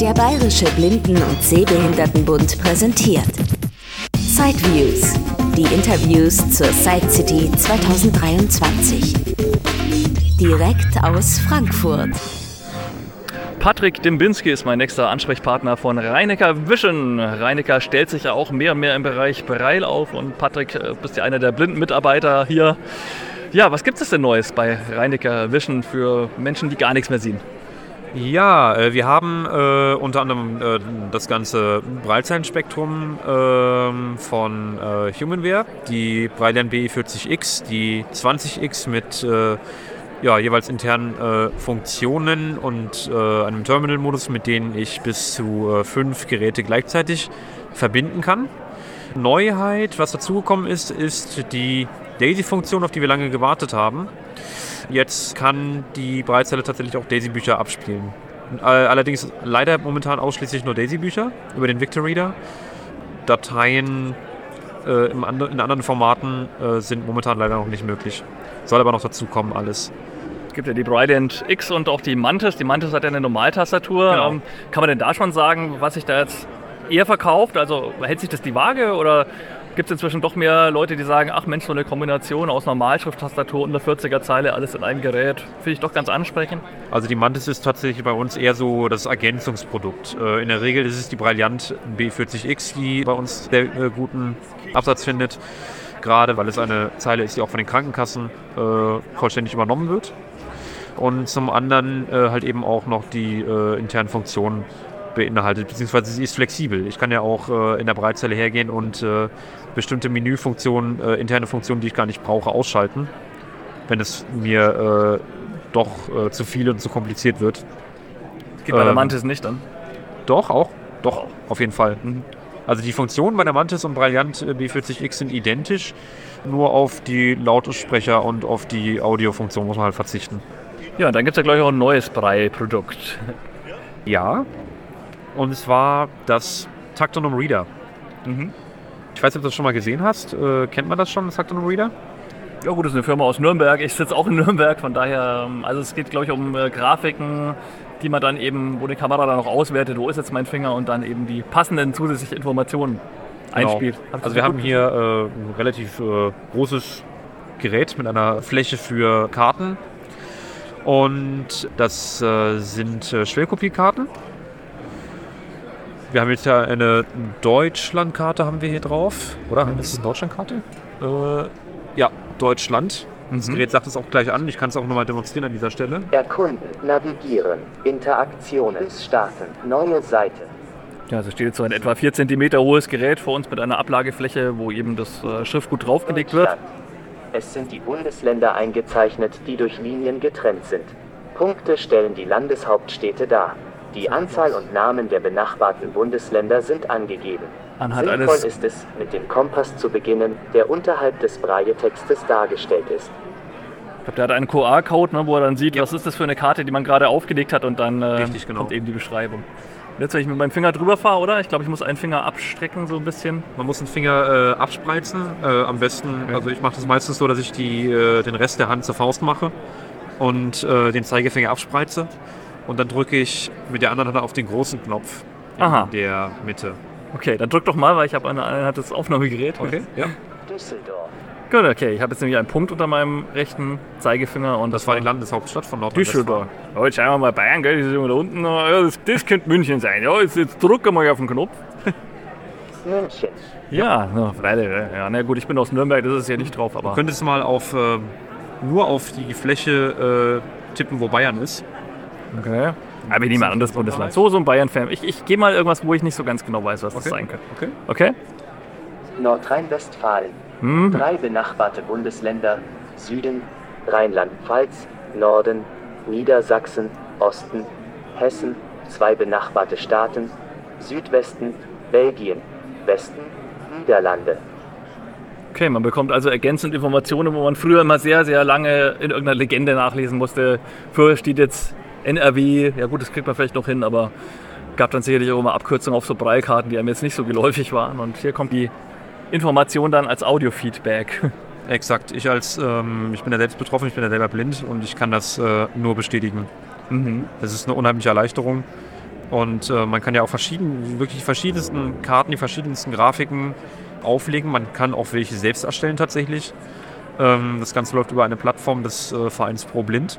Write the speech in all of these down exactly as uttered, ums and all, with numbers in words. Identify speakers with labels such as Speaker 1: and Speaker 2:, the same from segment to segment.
Speaker 1: Der Bayerische Blinden- und Sehbehindertenbund präsentiert Sideviews, die Interviews zur Side City zwanzig dreiundzwanzig. Direkt aus Frankfurt.
Speaker 2: Patrick Dembinski ist mein nächster Ansprechpartner von Reinecker Vision. Reinecker stellt sich ja auch mehr und mehr im Bereich Braille auf und Patrick, du bist ja einer der blinden Mitarbeiter hier. Ja, was gibt es denn Neues bei Reinecker Vision für Menschen, die gar nichts mehr sehen?
Speaker 3: Ja, äh, wir haben äh, unter anderem äh, das ganze Braillezeilenspektrum äh, von äh, Humanware, die Braille B vierzig X, die zwanzig X mit äh, ja, jeweils internen äh, Funktionen und äh, einem Terminal-Modus, mit denen ich bis zu äh, fünf Geräte gleichzeitig verbinden kann. Neuheit, was dazugekommen ist, ist die Daisy-Funktion, auf die wir lange gewartet haben. Jetzt kann die Braillezelle tatsächlich auch Daisy-Bücher abspielen. Allerdings leider momentan ausschließlich nur Daisy-Bücher über den Victor Reader. Dateien äh, im and- in anderen Formaten äh, sind momentan leider noch nicht möglich. Soll aber noch dazu kommen alles.
Speaker 2: Es gibt ja die Brilliant X und auch die Mantis. Die Mantis hat ja eine Normaltastatur.
Speaker 3: Genau.
Speaker 2: Ähm, kann man denn da schon sagen, was sich da jetzt eher verkauft? Also hält sich das die Waage oder gibt es inzwischen doch mehr Leute, die sagen, ach Mensch, so eine Kombination aus Normalschrift-Tastatur und einer vierziger Zeile, alles in einem Gerät, finde ich doch ganz ansprechend.
Speaker 3: Also die Mantis ist tatsächlich bei uns eher so das Ergänzungsprodukt. Äh, in der Regel ist es die Brilliant B vierzig X, die bei uns sehr äh, guten Absatz findet. Gerade weil es eine Zeile ist, die auch von den Krankenkassen äh, vollständig übernommen wird. Und zum anderen äh, halt eben auch noch die äh, internen Funktionen beinhaltet, beziehungsweise sie ist flexibel. Ich kann ja auch äh, in der Braillezelle hergehen und äh, bestimmte Menüfunktionen, äh, interne Funktionen, die ich gar nicht brauche, ausschalten, wenn es mir äh, doch äh, zu viel und zu kompliziert wird.
Speaker 2: Das geht bei ähm, der Mantis nicht dann?
Speaker 3: Doch, auch. Doch, auf jeden Fall.
Speaker 2: Mhm.
Speaker 3: Also die Funktionen bei der Mantis und Brilliant B vierzig X sind identisch, nur auf die Lautsprecher und auf die Audiofunktion muss man halt verzichten.
Speaker 2: Ja, dann gibt es ja gleich auch ein neues Braille-Produkt.
Speaker 3: Ja, und zwar das Taktonom Reader.
Speaker 2: Mhm.
Speaker 3: Ich weiß nicht, ob du das schon mal gesehen hast. Äh, kennt man das schon, das Taktonom Reader?
Speaker 2: Ja gut, das ist eine Firma aus Nürnberg. Ich sitze auch in Nürnberg, von daher, also es geht glaube ich um äh, Grafiken, die man dann eben, wo die Kamera dann auch auswertet, wo ist jetzt mein Finger und dann eben die passenden zusätzlichen Informationen
Speaker 3: Genau.
Speaker 2: einspielt.
Speaker 3: Also wir haben hier äh, ein relativ äh, großes Gerät mit einer Fläche für Karten und das äh, sind äh, Schwellkopiekarten. Wir haben jetzt ja eine Deutschlandkarte haben wir hier drauf, oder? Ist das eine Deutschlandkarte? Äh, ja, Deutschland. Das Gerät sagt es auch gleich an. Ich kann es auch nochmal demonstrieren an dieser Stelle.
Speaker 4: Erkunden, navigieren, Interaktionen starten, neue Seite.
Speaker 2: Ja, also steht jetzt so ein etwa vier Zentimeter hohes Gerät vor uns mit einer Ablagefläche, wo eben das äh, Schriftgut draufgelegt wird.
Speaker 4: Es sind die Bundesländer eingezeichnet, die durch Linien getrennt sind. Punkte stellen die Landeshauptstädte dar. Die Anzahl und Namen der benachbarten Bundesländer sind angegeben.
Speaker 2: Anhand
Speaker 4: Sinnvoll
Speaker 2: eines
Speaker 4: ist es, mit dem Kompass zu beginnen, der unterhalb des Braille-Textes dargestellt ist.
Speaker 2: Ich glaube, der hat einen Q R-Code, ne, wo er dann sieht, ja, was ist das für eine Karte, die man gerade aufgelegt hat und dann äh,
Speaker 3: Richtig, genau.
Speaker 2: kommt eben die Beschreibung. Und jetzt, wenn ich mit meinem Finger drüber fahre, oder? Ich glaube, ich muss einen Finger abstrecken so ein bisschen.
Speaker 3: Man muss den Finger äh, abspreizen. Äh, am besten, okay. Also ich mache das meistens so, dass ich die, äh, den Rest der Hand zur Faust mache und äh, den Zeigefinger abspreize. Und dann drücke ich mit der anderen Hand auf den großen Knopf in
Speaker 2: Aha.
Speaker 3: der Mitte.
Speaker 2: Okay, dann drück doch mal, weil ich habe eine, eine hat das Aufnahmegerät.
Speaker 3: Okay, ja.
Speaker 4: Düsseldorf.
Speaker 2: Gut, okay. Ich habe jetzt nämlich einen Punkt unter meinem rechten Zeigefinger. Und
Speaker 3: Das, das war die Landeshauptstadt von
Speaker 2: Düsseldorf.
Speaker 3: Nordrhein-Westfalen.
Speaker 2: Ja, jetzt schauen wir mal Bayern, gell? Das ist immer da unten. Ja, das, das könnte München sein. Ja, jetzt, jetzt drücke mal auf den Knopf.
Speaker 4: München.
Speaker 2: Ja, na, freilich. Ja, na gut, ich bin aus Nürnberg, das ist ja nicht drauf. Aber
Speaker 3: Du könntest mal auf, äh, nur auf die Fläche äh, tippen, wo Bayern ist.
Speaker 2: okay. Aber wir nehmen mal ein anderes Bundesland. So, so ein Bayern-Fan. Ich, ich gehe mal irgendwas, wo ich nicht so ganz genau weiß, was
Speaker 3: Okay.
Speaker 2: das sein könnte.
Speaker 3: Okay.
Speaker 2: Okay?
Speaker 4: Nordrhein-Westfalen.
Speaker 2: Hm.
Speaker 4: Drei benachbarte Bundesländer: Süden, Rheinland-Pfalz, Norden, Niedersachsen, Osten, Hessen, zwei benachbarte Staaten, Südwesten, Belgien, Westen, Niederlande.
Speaker 2: Okay, man bekommt also ergänzend Informationen, wo man früher immer sehr, sehr lange in irgendeiner Legende nachlesen musste. Früher steht jetzt N R W, ja gut, das kriegt man vielleicht noch hin, aber gab dann sicherlich auch immer Abkürzungen auf so Braillekarten, die einem jetzt nicht so geläufig waren. Und hier kommt die Information dann als Audio-Feedback.
Speaker 3: Exakt. Ich als, ähm, ich bin ja selbst betroffen, ich bin ja selber blind und ich kann das äh, nur bestätigen.
Speaker 2: Mhm.
Speaker 3: Das ist eine unheimliche Erleichterung Und äh, man kann ja auch verschieden, wirklich die verschiedensten Karten, die verschiedensten Grafiken auflegen. Man kann auch welche selbst erstellen tatsächlich. Ähm, das Ganze läuft über eine Plattform des äh, Vereins Pro Blind.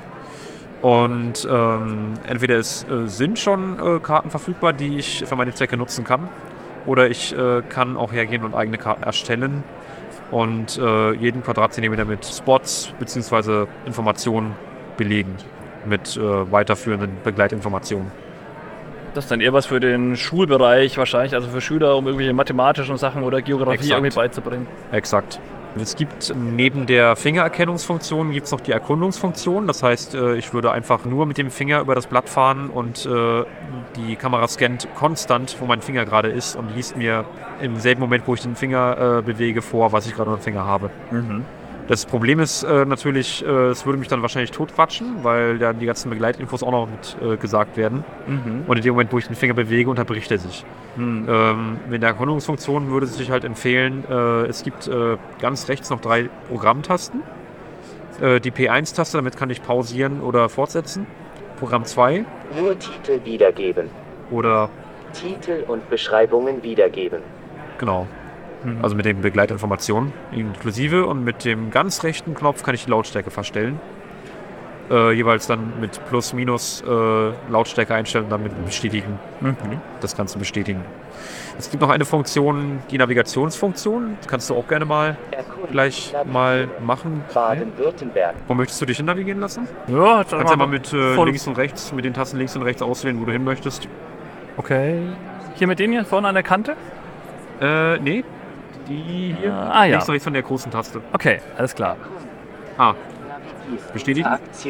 Speaker 3: Und ähm, entweder es äh, sind schon äh, Karten verfügbar, die ich für meine Zwecke nutzen kann, oder ich äh, kann auch hergehen und eigene Karten erstellen und äh, jeden Quadratzentimeter mit Spots bzw. Informationen belegen, mit äh, weiterführenden Begleitinformationen.
Speaker 2: Das ist dann eher was für den Schulbereich wahrscheinlich, also für Schüler, um irgendwelche mathematischen Sachen oder Geografie
Speaker 3: Exakt.
Speaker 2: irgendwie beizubringen.
Speaker 3: Exakt. Es gibt neben der Fingererkennungsfunktion gibt es noch die Erkundungsfunktion. Das heißt, ich würde einfach nur mit dem Finger über das Blatt fahren und die Kamera scannt konstant, wo mein Finger gerade ist und liest mir im selben Moment, wo ich den Finger bewege, vor, was ich gerade am Finger habe. Mhm. Das Problem ist äh, natürlich, äh, es würde mich dann wahrscheinlich totquatschen, weil dann die ganzen Begleitinfos auch noch mit äh, gesagt werden. Mhm. Und in dem Moment, wo ich den Finger bewege, unterbricht er sich. Mhm. Ähm, mit der Erkundungsfunktion würde es sich halt empfehlen, äh, es gibt äh, ganz rechts noch drei Programmtasten. Äh, die P eins Taste, damit kann ich pausieren oder fortsetzen. Programm zwei.
Speaker 4: Nur Titel wiedergeben.
Speaker 3: Oder
Speaker 4: Titel und Beschreibungen wiedergeben.
Speaker 3: Genau. Also mit den Begleitinformationen inklusive, und mit dem ganz rechten Knopf kann ich die Lautstärke verstellen. Äh, jeweils dann mit Plus, Minus äh, Lautstärke einstellen und dann mit bestätigen. Mhm. Das Ganze bestätigen. Es gibt noch eine Funktion, die Navigationsfunktion. Das kannst du auch gerne mal Erkunden, gleich mal machen.
Speaker 4: Baden-Württemberg.
Speaker 3: Wo möchtest du dich hin navigieren lassen?
Speaker 2: Ja,
Speaker 3: kannst ja mal mit äh, links und rechts, mit den Tasten links und rechts auswählen, wo du hin möchtest.
Speaker 2: Okay. Hier mit denen hier vorne an der Kante?
Speaker 3: Äh, nee. Die hier,
Speaker 2: ah, ja.
Speaker 3: links und rechts von der großen Taste.
Speaker 2: Okay, alles klar.
Speaker 3: Ah, bestätigen?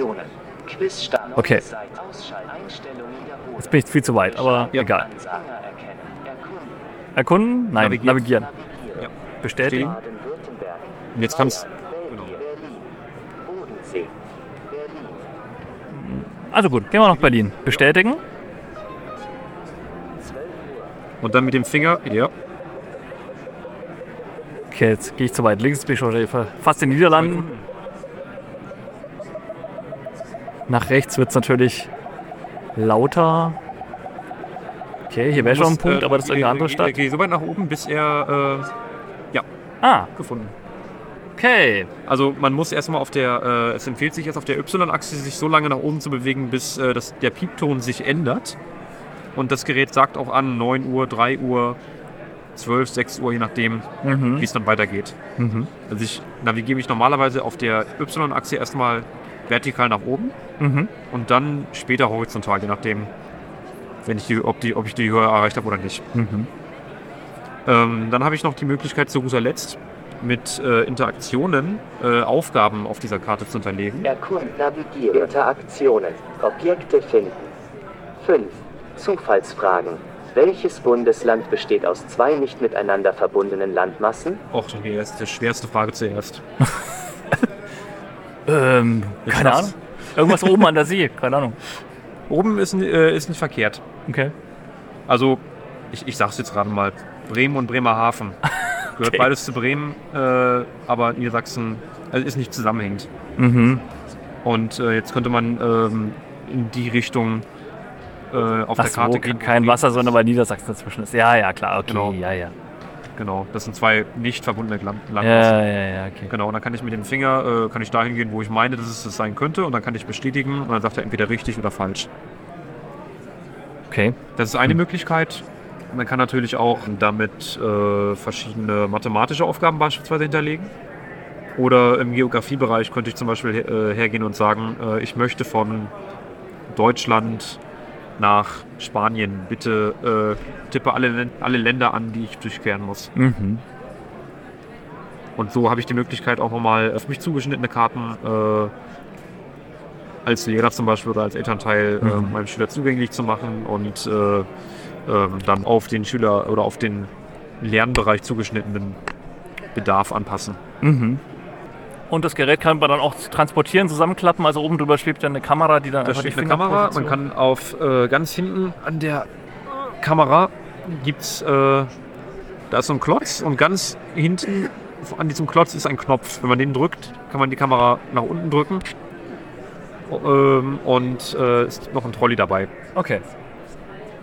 Speaker 2: Okay. Jetzt bin ich viel zu weit, aber ja. Egal. Erkunden? Nein, navigieren. navigieren.
Speaker 3: Ja.
Speaker 2: Bestätigen.
Speaker 3: Und jetzt kannst genau.
Speaker 2: Also gut, gehen wir nach Berlin. Bestätigen.
Speaker 3: Und dann mit dem Finger, ja.
Speaker 2: Okay, jetzt gehe ich zu weit links, bin ich schon fast in den Niederlanden. Nach rechts wird es natürlich lauter. Okay, hier wäre schon ein Punkt, äh, aber das ist irgendeine andere Stadt.
Speaker 3: Ich gehe so weit nach oben, bis er, äh, ja,
Speaker 2: ah.
Speaker 3: gefunden.
Speaker 2: Okay.
Speaker 3: Also man muss erstmal auf der, äh, es empfiehlt sich jetzt auf der Y-Achse sich so lange nach oben zu bewegen, bis äh, das, der Piepton sich ändert. Und das Gerät sagt auch an, neun Uhr, drei Uhr, zwölf, sechs Uhr, je nachdem, mhm. wie es dann weitergeht. Mhm. Also ich navigiere mich normalerweise auf der Y-Achse erstmal vertikal nach oben mhm. und dann später horizontal, je nachdem, wenn ich die, ob, die, ob ich die Höhe erreicht habe oder nicht. Mhm. Ähm, dann habe ich noch die Möglichkeit, zu guter Letzt mit äh, Interaktionen äh, Aufgaben auf dieser Karte zu hinterlegen.
Speaker 4: Erkunden, navigieren, Interaktionen, Objekte finden. fünf. Zufallsfragen. Welches Bundesland besteht aus zwei nicht miteinander verbundenen Landmassen?
Speaker 3: Och, die erste, schwerste Frage zuerst.
Speaker 2: ähm, keine Ahnung. Irgendwas oben an der See, keine Ahnung.
Speaker 3: Oben ist, äh, ist nicht verkehrt.
Speaker 2: Okay.
Speaker 3: Also, ich, ich sag's jetzt gerade mal. Bremen und Bremerhaven. Gehört okay. beides zu Bremen, äh, aber Niedersachsen also ist nicht zusammenhängend. Mhm. Und äh, jetzt könnte man ähm, in die Richtung äh, auf
Speaker 2: Ach
Speaker 3: der Karte
Speaker 2: so,
Speaker 3: gehen.
Speaker 2: Kein Wasser, sondern weil Niedersachsen dazwischen ist. Ja, ja, klar, okay,
Speaker 3: genau.
Speaker 2: ja, ja.
Speaker 3: Genau, das sind zwei nicht verbundene Land Landmassen.
Speaker 2: Ja, ja, ja, okay.
Speaker 3: Genau, und dann kann ich mit dem Finger äh, kann ich dahin gehen, wo ich meine, dass es das sein könnte, und dann kann ich bestätigen und dann sagt er entweder richtig oder falsch.
Speaker 2: Okay.
Speaker 3: Das ist eine hm. Möglichkeit. Man kann natürlich auch damit äh, verschiedene mathematische Aufgaben beispielsweise hinterlegen. Oder im Geografiebereich könnte ich zum Beispiel äh, hergehen und sagen, äh, ich möchte von Deutschland nach Spanien. Bitte äh, tippe alle, alle Länder an, die ich durchqueren muss. Mhm. Und so habe ich die Möglichkeit, auch nochmal auf mich zugeschnittene Karten äh, als Lehrer zum Beispiel oder als Elternteil mhm. äh, meinem Schüler zugänglich zu machen und äh, äh, dann auf den Schüler oder auf den Lernbereich zugeschnittenen Bedarf anpassen.
Speaker 2: Mhm. Und das Gerät kann man dann auch transportieren, zusammenklappen, also oben drüber schwebt ja eine Kamera, die dann
Speaker 3: da
Speaker 2: einfach die
Speaker 3: steht eine Kamera. Man kann auf äh, ganz hinten an der Kamera gibt's, äh, da ist so ein Klotz und ganz hinten an diesem Klotz ist ein Knopf. Wenn man den drückt, kann man die Kamera nach unten drücken ähm, und äh, es gibt noch ein Trolley dabei.
Speaker 2: Okay.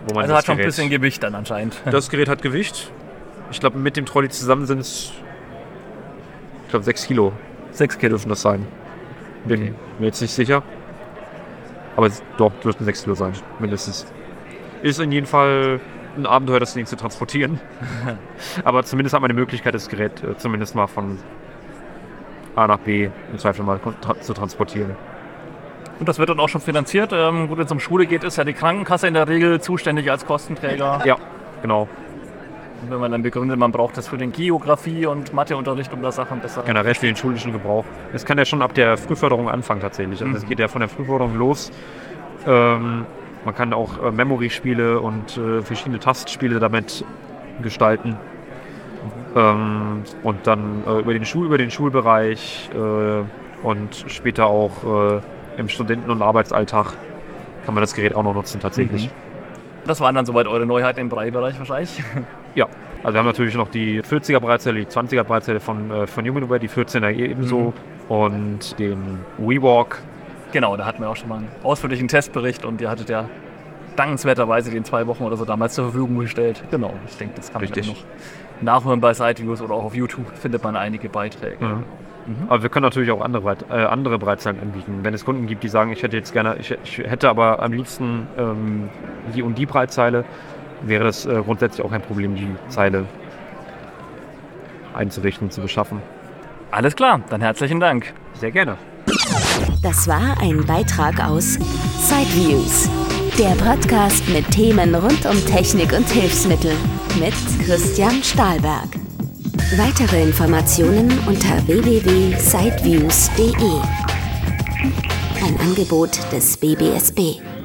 Speaker 3: Wo man
Speaker 2: Also
Speaker 3: das
Speaker 2: hat schon ein
Speaker 3: Gerät-
Speaker 2: bisschen Gewicht dann anscheinend.
Speaker 3: Das Gerät hat Gewicht. Ich glaube, mit dem Trolley zusammen sind es, ich glaube, sechs Kilo
Speaker 2: Sechs Kilo.
Speaker 3: dürfen das sein. Bin mir jetzt nicht sicher. Aber es- doch, dürften sechs Kilo sein, mindestens. Ist in jedem Fall ein Abenteuer, das Ding zu transportieren. Aber zumindest hat man die Möglichkeit, das Gerät äh, zumindest mal von A nach B im Zweifel mal kon- tra- zu transportieren.
Speaker 2: Und das wird dann auch schon finanziert. Ähm, gut, wenn es um Schule geht, ist ja die Krankenkasse in der Regel zuständig als Kostenträger.
Speaker 3: Ja, genau.
Speaker 2: Und wenn man dann begründet, man braucht das für den Geografie- und Matheunterricht, um da Sachen besser...
Speaker 3: Generell für den schulischen Gebrauch. Es kann ja schon ab der Frühförderung anfangen tatsächlich. Also
Speaker 2: Mhm.
Speaker 3: es geht ja von der Frühförderung los. Ähm, man kann auch äh, Memory-Spiele und äh, verschiedene Tastspiele damit gestalten. Ähm, und dann äh, über, den Schul über den Schulbereich äh, und später auch äh, im Studenten- und Arbeitsalltag kann man das Gerät auch noch nutzen tatsächlich.
Speaker 2: Mhm. Das waren dann soweit eure Neuheiten im Brei-Bereich wahrscheinlich.
Speaker 3: Ja, also wir haben natürlich noch die vierziger Breitzelle, die zwanziger Breitzelle von, äh, von Humanware, die vierzehner ebenso und den WeWalk.
Speaker 2: Genau, da hatten wir auch schon mal einen ausführlichen Testbericht und ihr hattet ja dankenswerterweise den zwei Wochen oder so damals zur Verfügung gestellt. Genau, ich denke, das kann man
Speaker 3: Richtig.
Speaker 2: dann noch nachhören bei Sideviews oder auch auf YouTube findet man einige Beiträge.
Speaker 3: Mhm. Aber wir können natürlich auch andere, Breit, äh, andere Breitzeilen anbieten. Wenn es Kunden gibt, die sagen, ich hätte jetzt gerne, ich, ich hätte aber am liebsten ähm, die und die Breitzeile, wäre das äh, grundsätzlich auch kein Problem, die Zeile einzurichten, zu beschaffen.
Speaker 2: Alles klar, dann herzlichen Dank.
Speaker 3: Sehr gerne.
Speaker 1: Das war ein Beitrag aus Sideviews, der Podcast mit Themen rund um Technik und Hilfsmittel mit Christian Stahlberg. Weitere Informationen unter w w w punkt sideviews punkt de. Ein Angebot des B B S B.